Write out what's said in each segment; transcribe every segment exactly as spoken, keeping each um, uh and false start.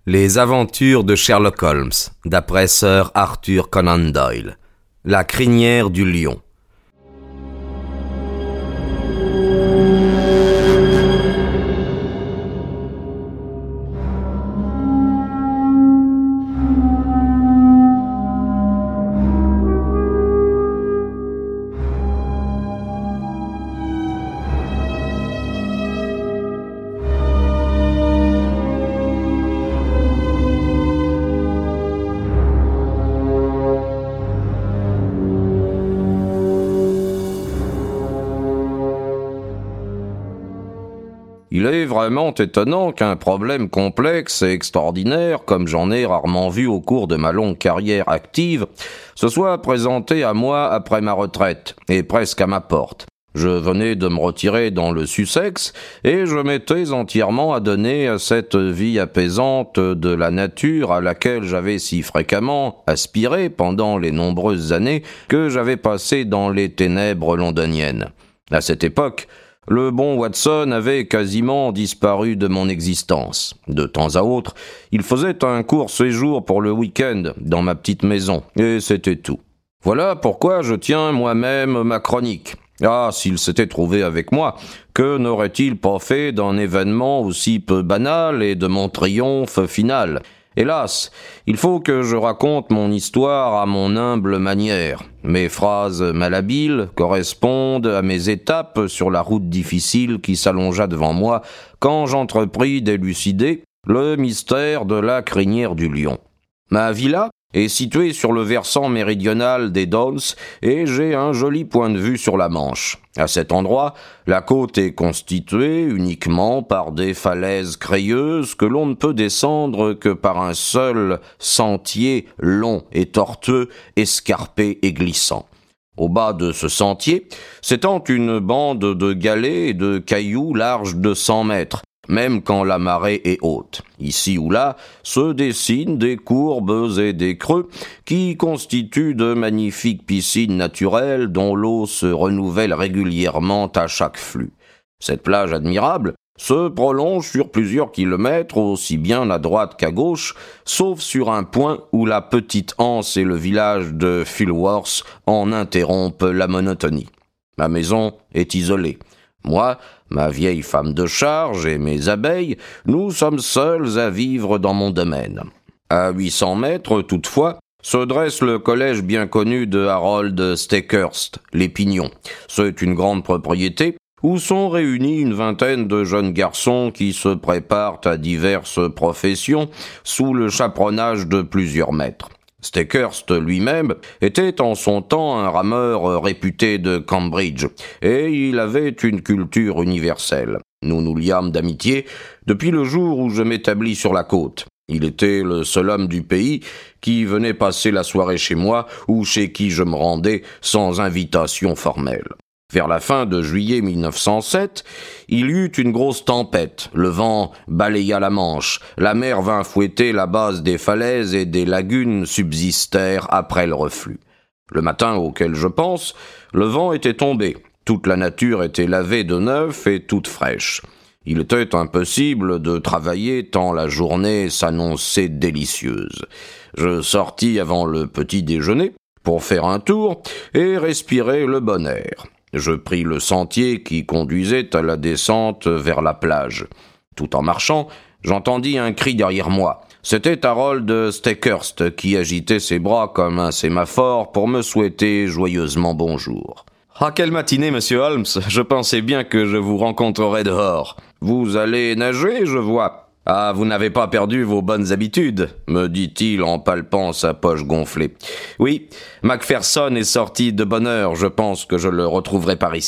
Les aventures de Sherlock Holmes, d'après Sir Arthur Conan Doyle. La crinière du lion. Il est vraiment étonnant qu'un problème complexe et extraordinaire, comme j'en ai rarement vu au cours de ma longue carrière active, se soit présenté à moi après ma retraite, et presque à ma porte. Je venais de me retirer dans le Sussex, et je m'étais entièrement adonné à cette vie apaisante de la nature à laquelle j'avais si fréquemment aspiré pendant les nombreuses années que j'avais passées dans les ténèbres londoniennes. À cette époque, le bon Watson avait quasiment disparu de mon existence. De temps à autre, il faisait un court séjour pour le week-end dans ma petite maison, et c'était tout. Voilà pourquoi je tiens moi-même ma chronique. Ah, s'il s'était trouvé avec moi, que n'aurait-il pas fait d'un événement aussi peu banal et de mon triomphe final ? Hélas, il faut que je raconte mon histoire à mon humble manière. Mes phrases malhabiles correspondent à mes étapes sur la route difficile qui s'allongea devant moi quand j'entrepris d'élucider le mystère de la crinière du lion. Ma villa est située sur le versant méridional des Downs et j'ai un joli point de vue sur la Manche. À cet endroit, la côte est constituée uniquement par des falaises crayeuses que l'on ne peut descendre que par un seul sentier long et tortueux, escarpé et glissant. Au bas de ce sentier s'étend une bande de galets et de cailloux larges de cent mètres, même quand la marée est haute. Ici ou là se dessinent des courbes et des creux qui constituent de magnifiques piscines naturelles dont l'eau se renouvelle régulièrement à chaque flux. Cette plage admirable se prolonge sur plusieurs kilomètres, aussi bien à droite qu'à gauche, sauf sur un point où la petite anse et le village de Fulworth en interrompent la monotonie. Ma maison est isolée. Moi, ma vieille femme de charge et mes abeilles, nous sommes seuls à vivre dans mon domaine. À huit cents mètres, toutefois, se dresse le collège bien connu de Harold Stackhurst, les Pignons. C'est une grande propriété où sont réunis une vingtaine de jeunes garçons qui se préparent à diverses professions sous le chaperonnage de plusieurs maîtres. Stackhurst lui-même était en son temps un rameur réputé de Cambridge, et il avait une culture universelle. Nous nous liâmes d'amitié depuis le jour où je m'établis sur la côte. Il était le seul homme du pays qui venait passer la soirée chez moi ou chez qui je me rendais sans invitation formelle. Vers la fin de juillet mille neuf cent sept, il y eut une grosse tempête. Le vent balaya la Manche. La mer vint fouetter la base des falaises et des lagunes subsistèrent après le reflux. Le matin auquel je pense, le vent était tombé. Toute la nature était lavée de neuf et toute fraîche. Il était impossible de travailler tant la journée s'annonçait délicieuse. Je sortis avant le petit déjeuner pour faire un tour et respirer le bon air. Je pris le sentier qui conduisait à la descente vers la plage. Tout en marchant, j'entendis un cri derrière moi. C'était Harold Stackhurst qui agitait ses bras comme un sémaphore pour me souhaiter joyeusement bonjour. « Ah, quelle matinée, monsieur Holmes! Je pensais bien que je vous rencontrerais dehors. »« Vous allez nager, je vois. »« Ah, vous n'avez pas perdu vos bonnes habitudes, » me dit-il en palpant sa poche gonflée. « Oui, Macpherson est sorti de bonne heure, je pense que je le retrouverai par ici. »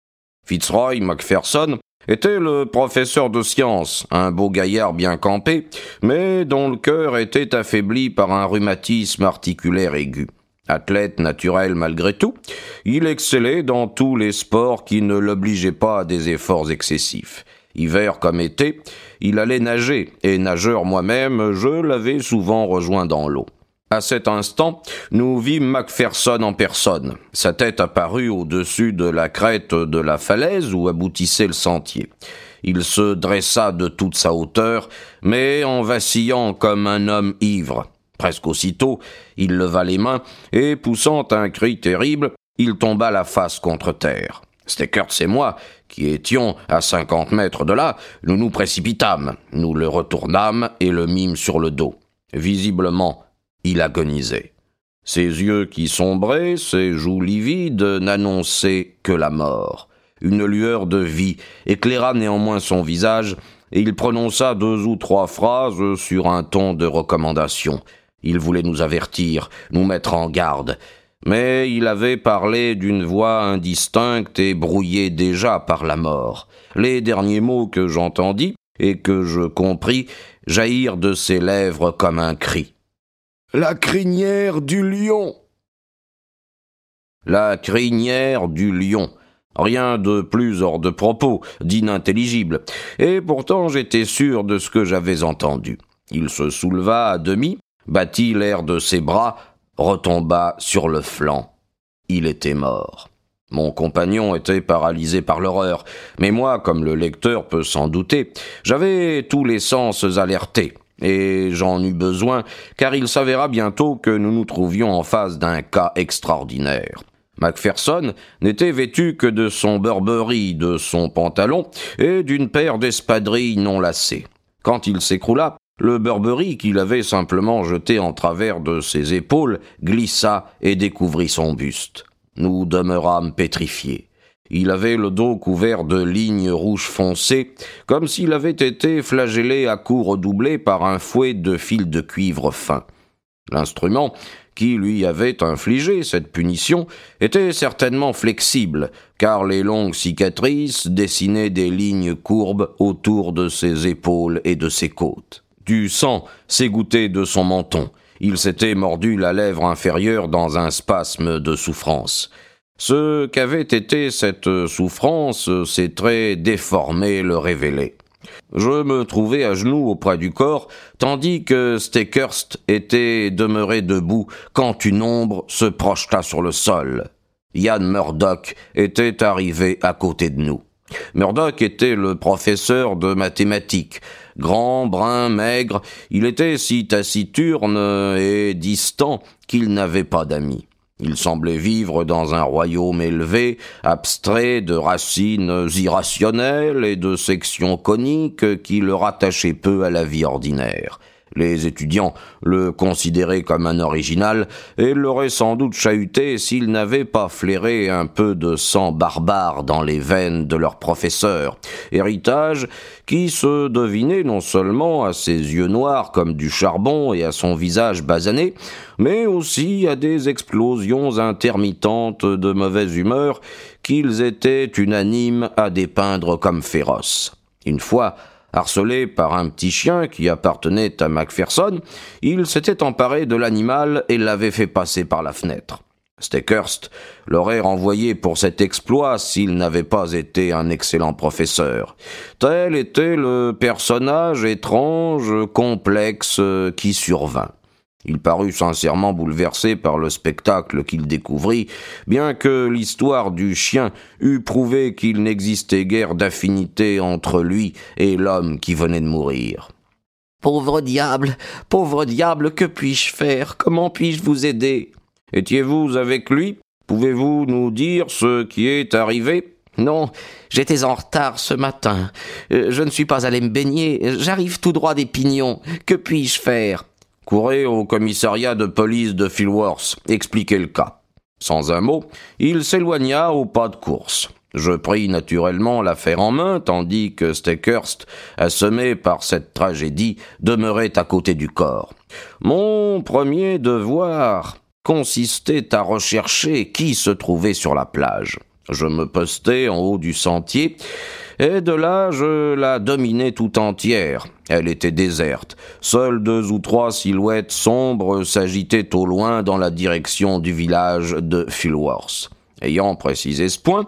Fitzroy Macpherson était le professeur de sciences, un beau gaillard bien campé, mais dont le cœur était affaibli par un rhumatisme articulaire aigu. Athlète naturel malgré tout, il excellait dans tous les sports qui ne l'obligeaient pas à des efforts excessifs. Hiver comme été, il allait nager, et nageur moi-même, je l'avais souvent rejoint dans l'eau. À cet instant, nous vîmes Macpherson en personne. Sa tête apparut au-dessus de la crête de la falaise où aboutissait le sentier. Il se dressa de toute sa hauteur, mais en vacillant comme un homme ivre. Presque aussitôt, il leva les mains, et poussant un cri terrible, il tomba la face contre terre. Steckers et moi, qui étions à cinquante mètres de là, nous nous précipitâmes, nous le retournâmes et le mîmes sur le dos. Visiblement, il agonisait. Ses yeux qui sombraient, ses joues livides, n'annonçaient que la mort. Une lueur de vie éclaira néanmoins son visage, et il prononça deux ou trois phrases sur un ton de recommandation. Il voulait nous avertir, nous mettre en garde. Mais il avait parlé d'une voix indistincte et brouillée déjà par la mort. Les derniers mots que j'entendis, et que je compris, jaillirent de ses lèvres comme un cri. « La crinière du lion !» La crinière du lion. Rien de plus hors de propos, d'inintelligible, et pourtant j'étais sûr de ce que j'avais entendu. Il se souleva à demi, battit l'air de ses bras, retomba sur le flanc. Il était mort. Mon compagnon était paralysé par l'horreur, mais moi, comme le lecteur peut s'en douter, j'avais tous les sens alertés, et j'en eus besoin, car il s'avéra bientôt que nous nous trouvions en face d'un cas extraordinaire. Macpherson n'était vêtu que de son Burberry, de son pantalon et d'une paire d'espadrilles non lacées. Quand il s'écroula, le Burberry qu'il avait simplement jeté en travers de ses épaules glissa et découvrit son buste. Nous demeurâmes pétrifiés. Il avait le dos couvert de lignes rouges foncées, comme s'il avait été flagellé à coups redoublés par un fouet de fil de cuivre fin. L'instrument qui lui avait infligé cette punition était certainement flexible, car les longues cicatrices dessinaient des lignes courbes autour de ses épaules et de ses côtes. Du sang s'égouttait de son menton. Il s'était mordu la lèvre inférieure dans un spasme de souffrance. Ce qu'avait été cette souffrance, ses traits déformés le révélaient. Je me trouvais à genoux auprès du corps, tandis que Steckhurst était demeuré debout quand une ombre se projeta sur le sol. Ian Murdoch était arrivé à côté de nous. Murdoch était le professeur de mathématiques. Grand, brun, maigre, il était si taciturne et distant qu'il n'avait pas d'amis. Il semblait vivre dans un royaume élevé, abstrait de racines irrationnelles et de sections coniques qui le rattachaient peu à la vie ordinaire. Les étudiants le considéraient comme un original et l'auraient sans doute chahuté s'il n'avait pas flairé un peu de sang barbare dans les veines de leur professeur, héritage qui se devinait non seulement à ses yeux noirs comme du charbon et à son visage basané, mais aussi à des explosions intermittentes de mauvaise humeur qu'ils étaient unanimes à dépeindre comme féroces. Une fois, harcelé par un petit chien qui appartenait à Macpherson, il s'était emparé de l'animal et l'avait fait passer par la fenêtre. Steckhurst l'aurait renvoyé pour cet exploit s'il n'avait pas été un excellent professeur. Tel était le personnage étrange, complexe, qui survint. Il parut sincèrement bouleversé par le spectacle qu'il découvrit, bien que l'histoire du chien eût prouvé qu'il n'existait guère d'affinité entre lui et l'homme qui venait de mourir. « Pauvre diable, pauvre diable, que puis-je faire? Comment puis-je vous aider? Étiez-vous avec lui? Pouvez-vous nous dire ce qui est arrivé? » « Non, j'étais en retard ce matin. Je ne suis pas allé me baigner. J'arrive tout droit des Pignons. Que puis-je faire? » « Courez au commissariat de police de Filworth, expliquez le cas. » Sans un mot, il s'éloigna au pas de course. Je pris naturellement l'affaire en main, tandis que Steckhurst, assommé par cette tragédie, demeurait à côté du corps. Mon premier devoir consistait à rechercher qui se trouvait sur la plage. Je me postai en haut du sentier, et de là je la dominais tout entière. Elle était déserte. Seules deux ou trois silhouettes sombres s'agitaient au loin dans la direction du village de Filworth. Ayant précisé ce point,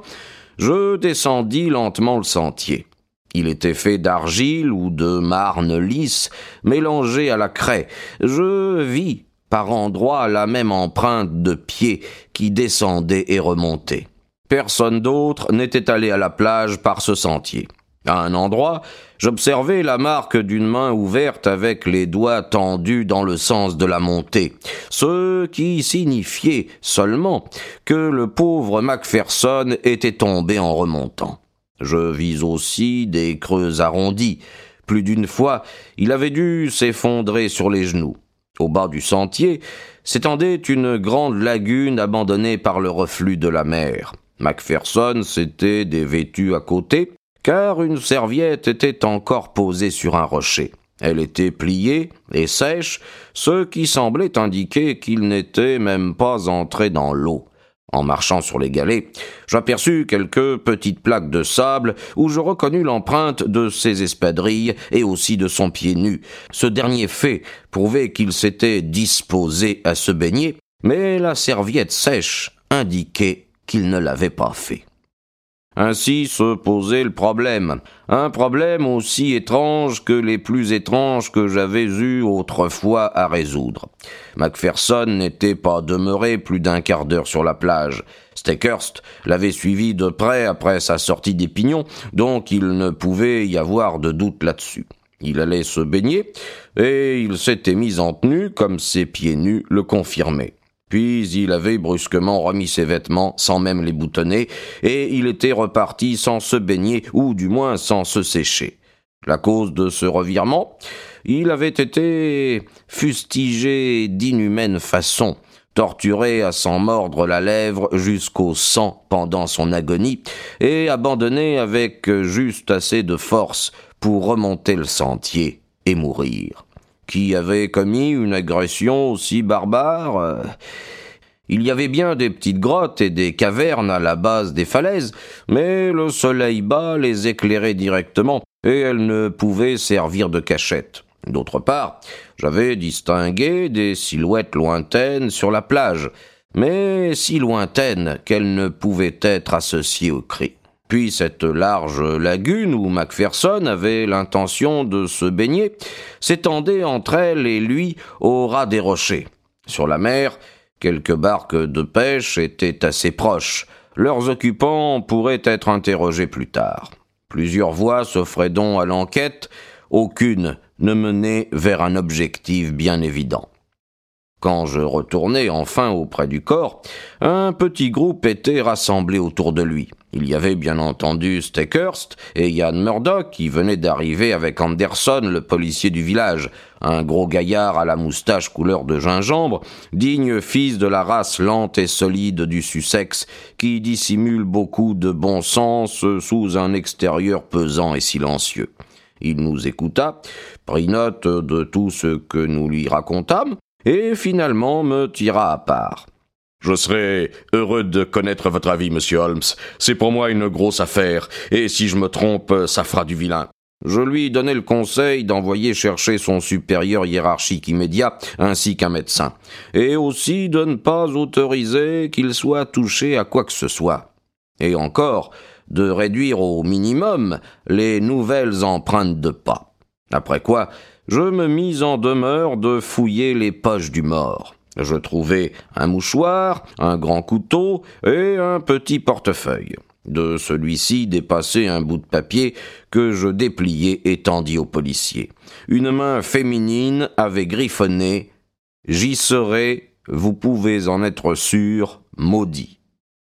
je descendis lentement le sentier. Il était fait d'argile ou de marne lisse, mélangée à la craie. Je vis par endroits la même empreinte de pieds qui descendait et remontait. Personne d'autre n'était allé à la plage par ce sentier. À un endroit, j'observai la marque d'une main ouverte avec les doigts tendus dans le sens de la montée, ce qui signifiait seulement que le pauvre Macpherson était tombé en remontant. Je vis aussi des creux arrondis. Plus d'une fois, il avait dû s'effondrer sur les genoux. Au bas du sentier s'étendait une grande lagune abandonnée par le reflux de la mer. Macpherson s'était dévêtu à côté, car une serviette était encore posée sur un rocher. Elle était pliée et sèche, ce qui semblait indiquer qu'il n'était même pas entré dans l'eau. En marchant sur les galets, j'aperçus quelques petites plaques de sable où je reconnus l'empreinte de ses espadrilles et aussi de son pied nu. Ce dernier fait prouvait qu'il s'était disposé à se baigner, mais la serviette sèche indiquait qu'il ne l'avait pas fait. Ainsi se posait le problème, un problème aussi étrange que les plus étranges que j'avais eus autrefois à résoudre. Macpherson n'était pas demeuré plus d'un quart d'heure sur la plage. Steckhurst l'avait suivi de près après sa sortie des Pignons, donc il ne pouvait y avoir de doute là-dessus. Il allait se baigner, et il s'était mis en tenue comme ses pieds nus le confirmaient. Puis il avait brusquement remis ses vêtements sans même les boutonner, et il était reparti sans se baigner, ou du moins sans se sécher. La cause de ce revirement, il avait été fustigé d'inhumaine façon, torturé à s'en mordre la lèvre jusqu'au sang pendant son agonie, et abandonné avec juste assez de force pour remonter le sentier et mourir. Qui avait commis une agression aussi barbare ? Il y avait bien des petites grottes et des cavernes à la base des falaises, mais le soleil bas les éclairait directement, et elles ne pouvaient servir de cachette. D'autre part, j'avais distingué des silhouettes lointaines sur la plage, mais si lointaines qu'elles ne pouvaient être associées au cri. Puis cette large lagune où Macpherson avait l'intention de se baigner s'étendait entre elle et lui au ras des rochers. Sur la mer, quelques barques de pêche étaient assez proches. Leurs occupants pourraient être interrogés plus tard. Plusieurs voies s'offraient donc à l'enquête, aucune ne menait vers un objectif bien évident. Quand je retournai enfin auprès du corps, un petit groupe était rassemblé autour de lui. Il y avait bien entendu Steckhurst et Ian Murdoch qui venaient d'arriver avec Anderson, le policier du village, un gros gaillard à la moustache couleur de gingembre, digne fils de la race lente et solide du Sussex, qui dissimule beaucoup de bon sens sous un extérieur pesant et silencieux. Il nous écouta, prit note de tout ce que nous lui racontâmes, et finalement me tira à part. « Je serais heureux de connaître votre avis, monsieur Holmes. C'est pour moi une grosse affaire, et si je me trompe, ça fera du vilain. » Je lui donnai le conseil d'envoyer chercher son supérieur hiérarchique immédiat, ainsi qu'un médecin, et aussi de ne pas autoriser qu'il soit touché à quoi que ce soit. Et encore, de réduire au minimum les nouvelles empreintes de pas. Après quoi, je me mis en demeure de fouiller les poches du mort. Je trouvai un mouchoir, un grand couteau et un petit portefeuille. De celui-ci dépassait un bout de papier que je dépliai et tendis au policier. Une main féminine avait griffonné « J'y serai, vous pouvez en être sûr, maudit ».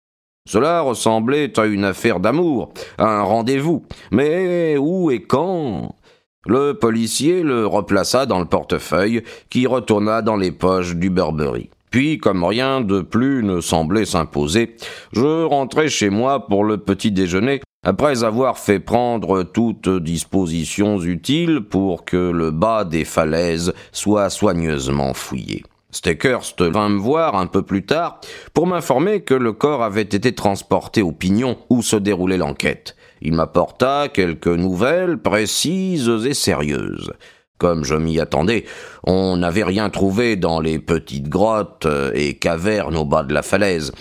Cela ressemblait à une affaire d'amour, à un rendez-vous. Mais où et quand ? Le policier le replaça dans le portefeuille, qui retourna dans les poches du Burberry. Puis, comme rien de plus ne semblait s'imposer, je rentrai chez moi pour le petit déjeuner, après avoir fait prendre toutes dispositions utiles pour que le bas des falaises soit soigneusement fouillé. Steckhurst vint me voir un peu plus tard pour m'informer que le corps avait été transporté au Pignon où se déroulait l'enquête. Il m'apporta quelques nouvelles précises et sérieuses. Comme je m'y attendais, on n'avait rien trouvé dans les petites grottes et cavernes au bas de la falaise,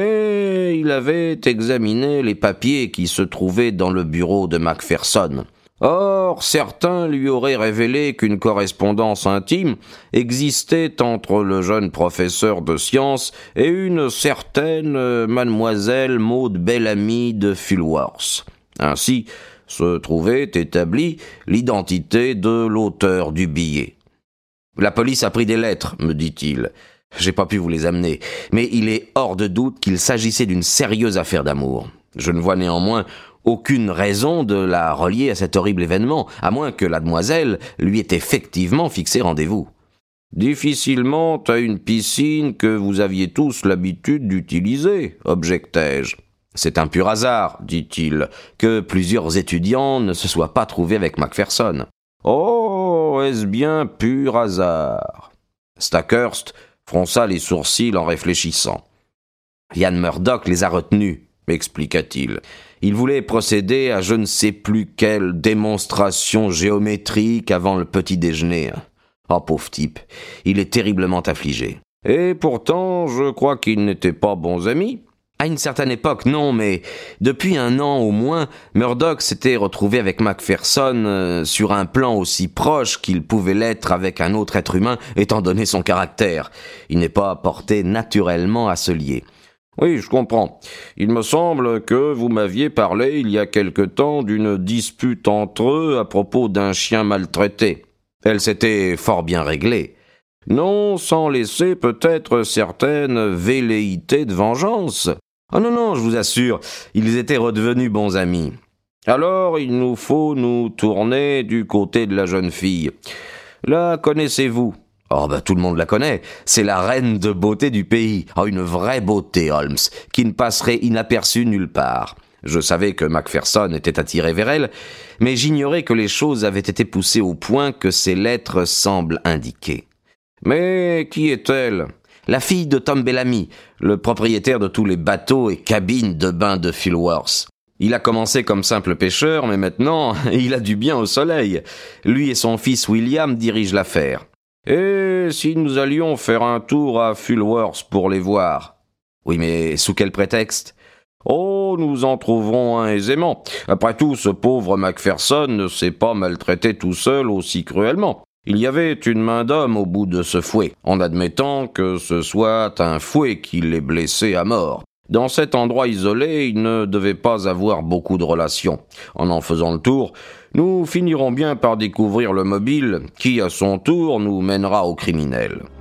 mais il avait examiné les papiers qui se trouvaient dans le bureau de Macpherson. Or, certains lui auraient révélé qu'une correspondance intime existait entre le jeune professeur de sciences et une certaine mademoiselle Maud Bellamy de Fulworth. Ainsi, se trouvait établie l'identité de l'auteur du billet. La police a pris des lettres, me dit-il. J'ai pas pu vous les amener, mais il est hors de doute qu'il s'agissait d'une sérieuse affaire d'amour. Je ne vois néanmoins aucune raison de la relier à cet horrible événement, à moins que la demoiselle lui ait effectivement fixé rendez-vous. Difficilement à une piscine que vous aviez tous l'habitude d'utiliser, objectai-je. C'est un pur hasard, dit-il, que plusieurs étudiants ne se soient pas trouvés avec Macpherson. Oh, est-ce bien pur hasard? Stackhurst fronça les sourcils en réfléchissant. Ian Murdoch les a retenus, expliqua-t-il. Il voulait procéder à je ne sais plus quelle démonstration géométrique avant le petit déjeuner. Oh, pauvre type, il est terriblement affligé. Et pourtant, je crois qu'ils n'étaient pas bons amis. À une certaine époque, non, mais depuis un an au moins, Murdoch s'était retrouvé avec Macpherson euh, sur un plan aussi proche qu'il pouvait l'être avec un autre être humain, étant donné son caractère. Il n'est pas porté naturellement à se lier. Oui, je comprends. Il me semble que vous m'aviez parlé il y a quelque temps d'une dispute entre eux à propos d'un chien maltraité. Elle s'était fort bien réglée. Non, sans laisser peut-être certaines velléités de vengeance. Oh non, non, je vous assure, ils étaient redevenus bons amis. Alors, il nous faut nous tourner du côté de la jeune fille. La connaissez-vous? Oh, ben, tout le monde la connaît. C'est la reine de beauté du pays. Oh, une vraie beauté, Holmes, qui ne passerait inaperçue nulle part. Je savais que Macpherson était attiré vers elle, mais j'ignorais que les choses avaient été poussées au point que ces lettres semblent indiquer. Mais qui est-elle? La fille de Tom Bellamy, le propriétaire de tous les bateaux et cabines de bain de Filworth. Il a commencé comme simple pêcheur, mais maintenant, il a du bien au soleil. Lui et son fils William dirigent l'affaire. Et si nous allions faire un tour à Filworth pour les voir? Oui, mais sous quel prétexte? Oh, nous en trouverons un aisément. Après tout, ce pauvre Macpherson ne s'est pas maltraité tout seul aussi cruellement. Il y avait une main d'homme au bout de ce fouet, en admettant que ce soit un fouet qui l'ait blessé à mort. Dans cet endroit isolé, il ne devait pas avoir beaucoup de relations. En en faisant le tour, nous finirons bien par découvrir le mobile qui, à son tour, nous mènera au criminel.